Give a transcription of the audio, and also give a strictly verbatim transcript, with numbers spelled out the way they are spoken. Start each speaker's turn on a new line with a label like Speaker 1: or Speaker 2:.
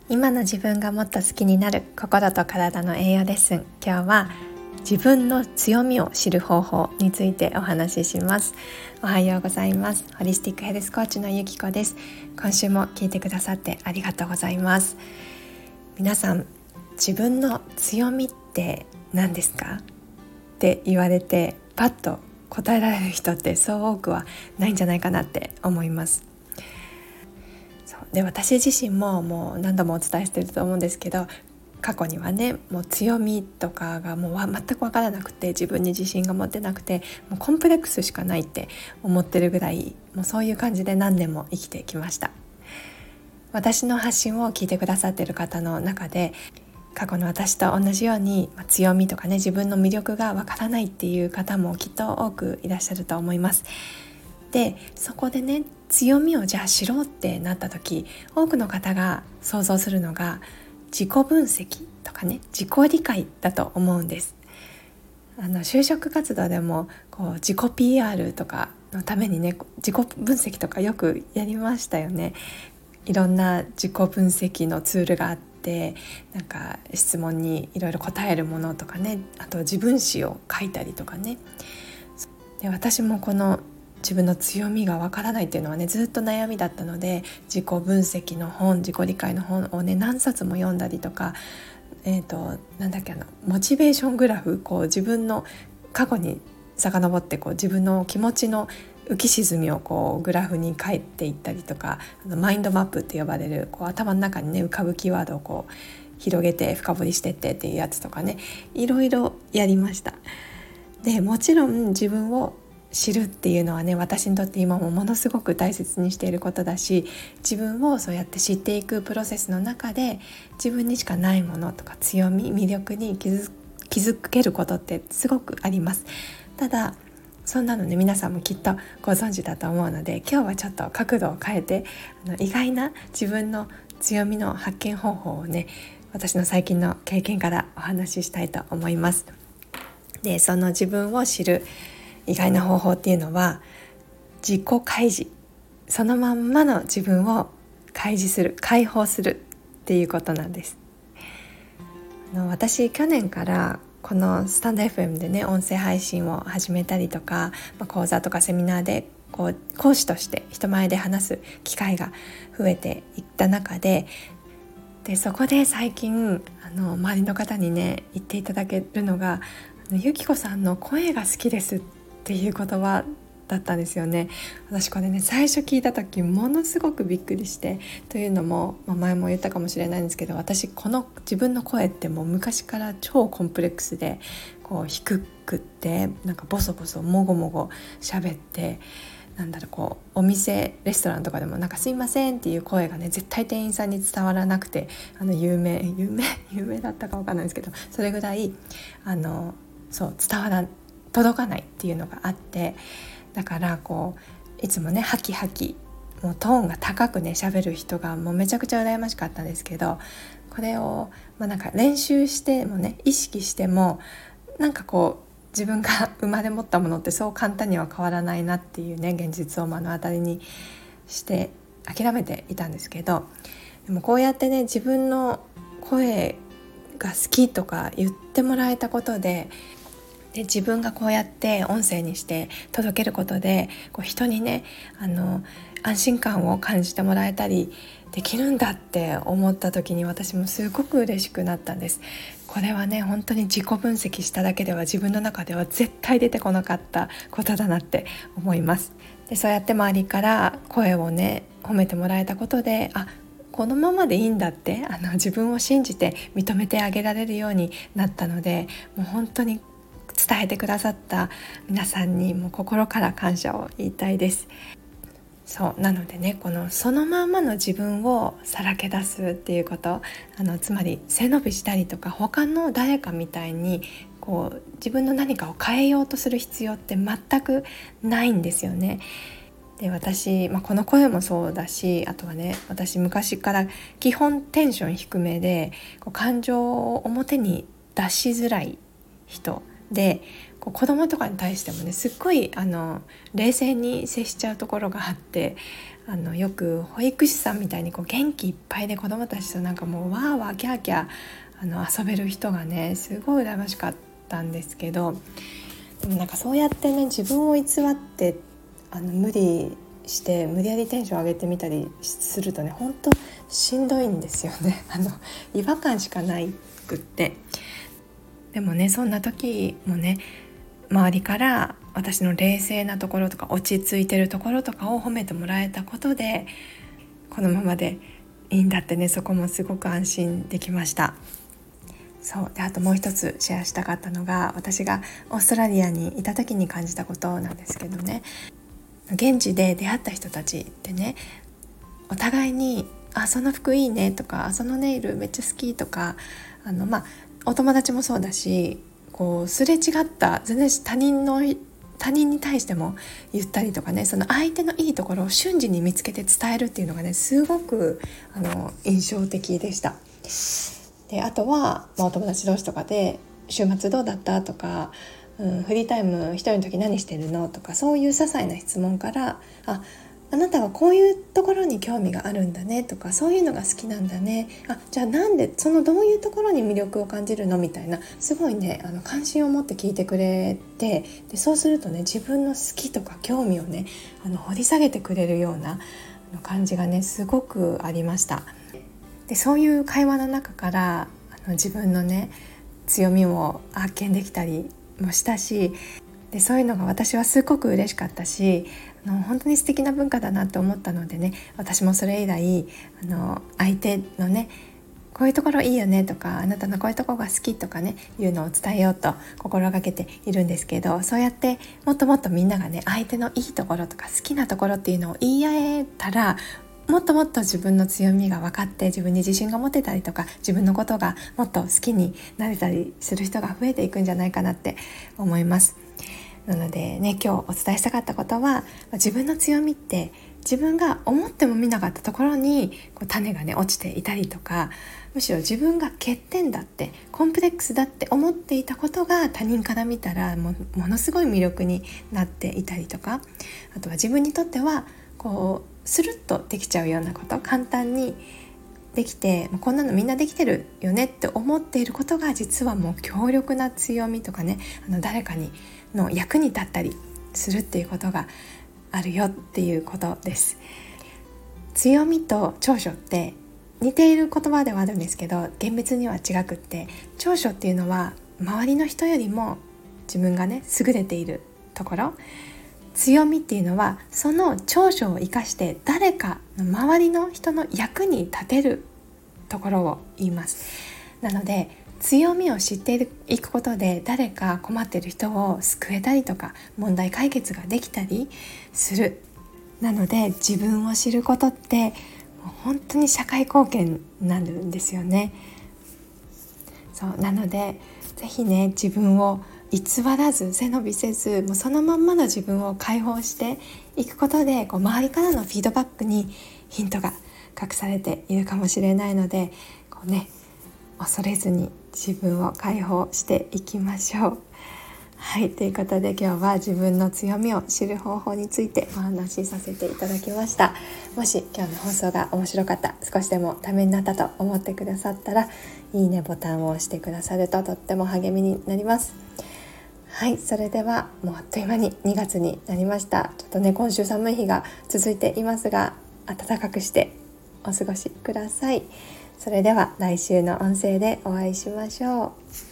Speaker 1: 今の自分がもっと好きになる心と体の栄養レッスン。今日は自分の強みを知る方法についてお話しします。おはようございます。ホリスティックヘルスコーチのゆきこです。今週も聞いてくださってありがとうございます。皆さん、自分の強みって何ですかって言われてパッと答えられる人ってそう多くはないんじゃないかなって思います。で私自身ももう何度もお伝えしていると思うんですけど、過去にはねもう強みとかがもう全く分からなくて、自分に自信が持てなくて、もうコンプレックスしかないって思ってるぐらい、もうそういう感じで何年も生きてきました。私の発信を聞いてくださっている方の中で、過去の私と同じように強みとかね、自分の魅力が分からないっていう方もきっと多くいらっしゃると思います。でそこでね、強みをじゃあ知ろうってなった時、多くの方が想像するのが自己分析とかね、自己理解だと思うんです。あの就職活動でもこう自己 ピーアール とかのためにね、自己分析とかよくやりましたよね。いろんな自己分析のツールがあって、なんか質問にいろいろ答えるものとかね、あと自分史を書いたりとかね。で私もこの自分の強みがわからないっていうのはね、ずっと悩みだったので、自己分析の本、自己理解の本をね何冊も読んだりとか、えーと、なんだっけあのモチベーショングラフ、こう自分の過去に遡ってこう自分の気持ちの浮き沈みをこうグラフに書いていったりとか、あのマインドマップって呼ばれるこう頭の中にね浮かぶキーワードをこう広げて深掘りしてってっていうやつとかね、いろいろやりました。でもちろん自分を知るっていうのはね、私にとって今もものすごく大切にしていることだし、自分をそうやって知っていくプロセスの中で、自分にしかないものとか強み、魅力に気づ、気づけることってすごくあります。ただそんなのね、皆さんもきっとご存知だと思うので、今日はちょっと角度を変えて、あの意外な自分の強みの発見方法をね、私の最近の経験からお話ししたいと思います。でその自分を知る意外な方法っていうのは、自己開示、そのまんまの自分を開示する、解放するっていうことなんです。あの私去年からこのスタンド エフエム でね音声配信を始めたりとか、まあ、講座とかセミナーでこう講師として人前で話す機会が増えていった中で、でそこで最近あの周りの方にね言っていただけるのが、あのゆきこさんの声が好きですっていう言葉だったんですよね。私これね最初聞いた時ものすごくびっくりして、というのも、まあ、前も言ったかもしれないんですけど、私この自分の声ってもう昔から超コンプレックスで、こう低くってなんかボソボソもごもご喋って、なんだろう、こうお店レストランとかでもなんかすいませんっていう声がね絶対店員さんに伝わらなくて、あの有名有名有名だったか分かんないですけど、それぐらいあのそう伝わら届かないっていうのがあって、だからこういつもねハキハキもうトーンが高くね喋る人がもうめちゃくちゃ羨ましかったんですけど、これを、まあ、なんか練習してもね、意識してもなんかこう自分が生まれ持ったものってそう簡単には変わらないなっていうね現実を目の当たりにして諦めていたんですけど、でもこうやってね自分の声が好きとか言ってもらえたことで、で自分がこうやって音声にして届けることで、こう人にねあの安心感を感じてもらえたりできるんだって思った時に、私もすごく嬉しくなったんです。これはね本当に自己分析しただけでは自分の中では絶対出てこなかったことだなって思います。でそうやって周りから声をね褒めてもらえたことで、あこのままでいいんだって、あの自分を信じて認めてあげられるようになったので、もう本当に伝えてくださった皆さんにもう心から感謝を言いたいです。そうなのでね、このそのまんまの自分をさらけ出すっていうこと、あのつまり背伸びしたりとか他の誰かみたいにこう自分の何かを変えようとする必要って全くないんですよね。で私、まあ、この声もそうだし、あとはね私昔から基本テンション低めで、こう感情を表に出しづらい人で、 こう子供とかに対してもねすっごいあの冷静に接しちゃうところがあって、あのよく保育士さんみたいにこう元気いっぱいで子供たちとなんかもうワーワーキャーキャーあの遊べる人がねすごい羨ましかったんですけど、でもなんかそうやってね自分を偽ってあの無理して無理やりテンション上げてみたりするとね本当しんどいんですよね。あの違和感しかないくって、でもねそんな時もね周りから私の冷静なところとか落ち着いてるところとかを褒めてもらえたことで、このままでいいんだってね、そこもすごく安心できました。そうで、あともう一つシェアしたかったのが、私がオーストラリアにいた時に感じたことなんですけどね、現地で出会った人たちってね、お互いにあその服いいねとか、そのネイルめっちゃ好きとか、あのまあお友達もそうだし、こうすれ違った全然他人の他人に対しても言ったりとかね、その相手のいいところを瞬時に見つけて伝えるっていうのがねすごくあの印象的でした。であとは、まあ、お友達同士とかで週末どうだったとか、うん、フリータイム一人の時何してるのとか、そういう些細な質問から、ああなたはこういうところに興味があるんだねとか、そういうのが好きなんだね、あじゃあなんでそのどういうところに魅力を感じるのみたいな、すごいねあの関心を持って聞いてくれて、でそうするとね自分の好きとか興味をねあの掘り下げてくれるようなあの感じがねすごくありました。でそういう会話の中からあの自分のね強みを発見できたりもしたし、でそういうのが私はすごく嬉しかったし、あの本当に素敵な文化だなと思ったのでね、私もそれ以来あの相手のねこういうところいいよねとか、あなたのこういうところが好きとかねいうのを伝えようと心がけているんですけど、そうやってもっともっとみんながね相手のいいところとか好きなところっていうのを言い合えたら、もっともっと自分の強みが分かって自分に自信が持てたりとか、自分のことがもっと好きになれたりする人が増えていくんじゃないかなって思います。なのでね、今日お伝えしたかったことは、自分の強みって自分が思ってもみなかったところにこう種がね落ちていたりとか、むしろ自分が欠点だってコンプレックスだって思っていたことが他人から見たら も, ものすごい魅力になっていたりとか、あとは自分にとってはこうスルッとできちゃうようなこと、簡単にできてこんなのみんなできてるよねって思っていることが、実はもう強力な強みとかね、あの誰かにの役に立ったりするっていうことがあるよっていうことです。強みと長所って似ている言葉ではあるんですけど、厳密には違くって、長所っていうのは周りの人よりも自分がね優れているところ、強みっていうのはその長所を生かして誰かの周りの人の役に立てるところを言います。なので強みを知っていくことで誰か困っている人を救えたりとか、問題解決ができたりする。なので自分を知ることって本当に社会貢献になるんですよね。そうなのでぜひね、自分を偽らず背伸びせず、もうそのまんまの自分を解放していくことで、こう周りからのフィードバックにヒントが隠されているかもしれないので、こうね恐れずに自分を解放していきましょう。はい、ということで今日は自分の強みを知る方法についてお話しさせていただきました。もし今日の放送が面白かった、少しでもためになったと思ってくださったら、いいねボタンを押してくださるととっても励みになります。はい、それではもうあっという間ににがつになりました。ちょっとね今週寒い日が続いていますが、暖かくしてお過ごしください。それでは来週の音声でお会いしましょう。